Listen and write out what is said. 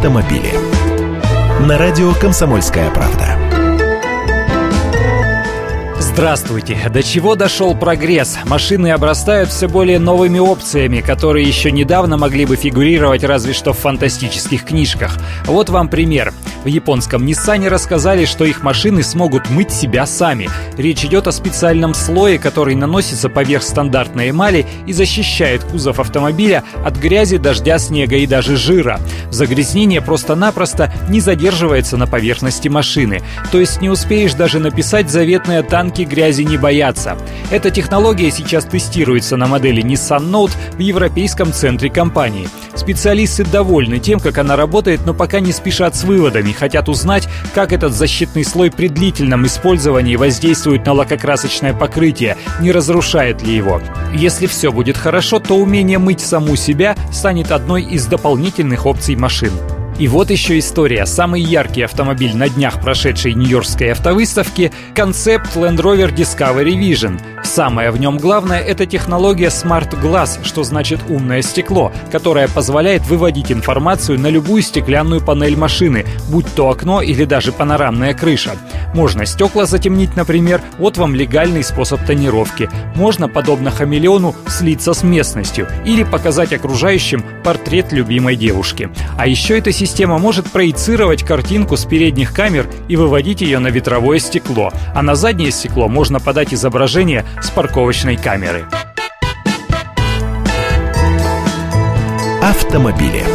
автомобили. На радио «Комсомольская правда». Здравствуйте! До чего дошел прогресс? Машины обрастают все более новыми опциями, которые еще недавно могли бы фигурировать разве что в фантастических книжках. Вот вам пример. В японском Ниссане рассказали, что их машины смогут мыть себя сами. Речь идет о специальном слое, который наносится поверх стандартной эмали и защищает кузов автомобиля от грязи, дождя, снега и даже жира. Загрязнение просто-напросто не задерживается на поверхности машины. То есть не успеешь даже написать заветные танки грязи не боятся. Эта технология сейчас тестируется на модели Nissan Note в европейском центре компании. Специалисты довольны тем, как она работает, но пока не спешат с выводами. Хотят узнать, как этот защитный слой при длительном использовании воздействует на лакокрасочное покрытие, не разрушает ли его. Если все будет хорошо, то умение мыть саму себя станет одной из дополнительных опций машин. И вот еще история. Самый яркий автомобиль на днях прошедшей Нью-Йоркской автовыставки – концепт Land Rover Discovery Vision. Самое в нем главное – это технология Smart Glass, что значит умное стекло, которое позволяет выводить информацию на любую стеклянную панель машины, будь то окно или даже панорамная крыша. Можно стекла затемнить, например, вот вам легальный способ тонировки. Можно, подобно хамелеону, слиться с местностью или показать окружающим портрет любимой девушки. А еще эта система может проецировать картинку с передних камер и выводить ее на ветровое стекло, а на заднее стекло можно подать изображение с парковочной камеры. Автомобили.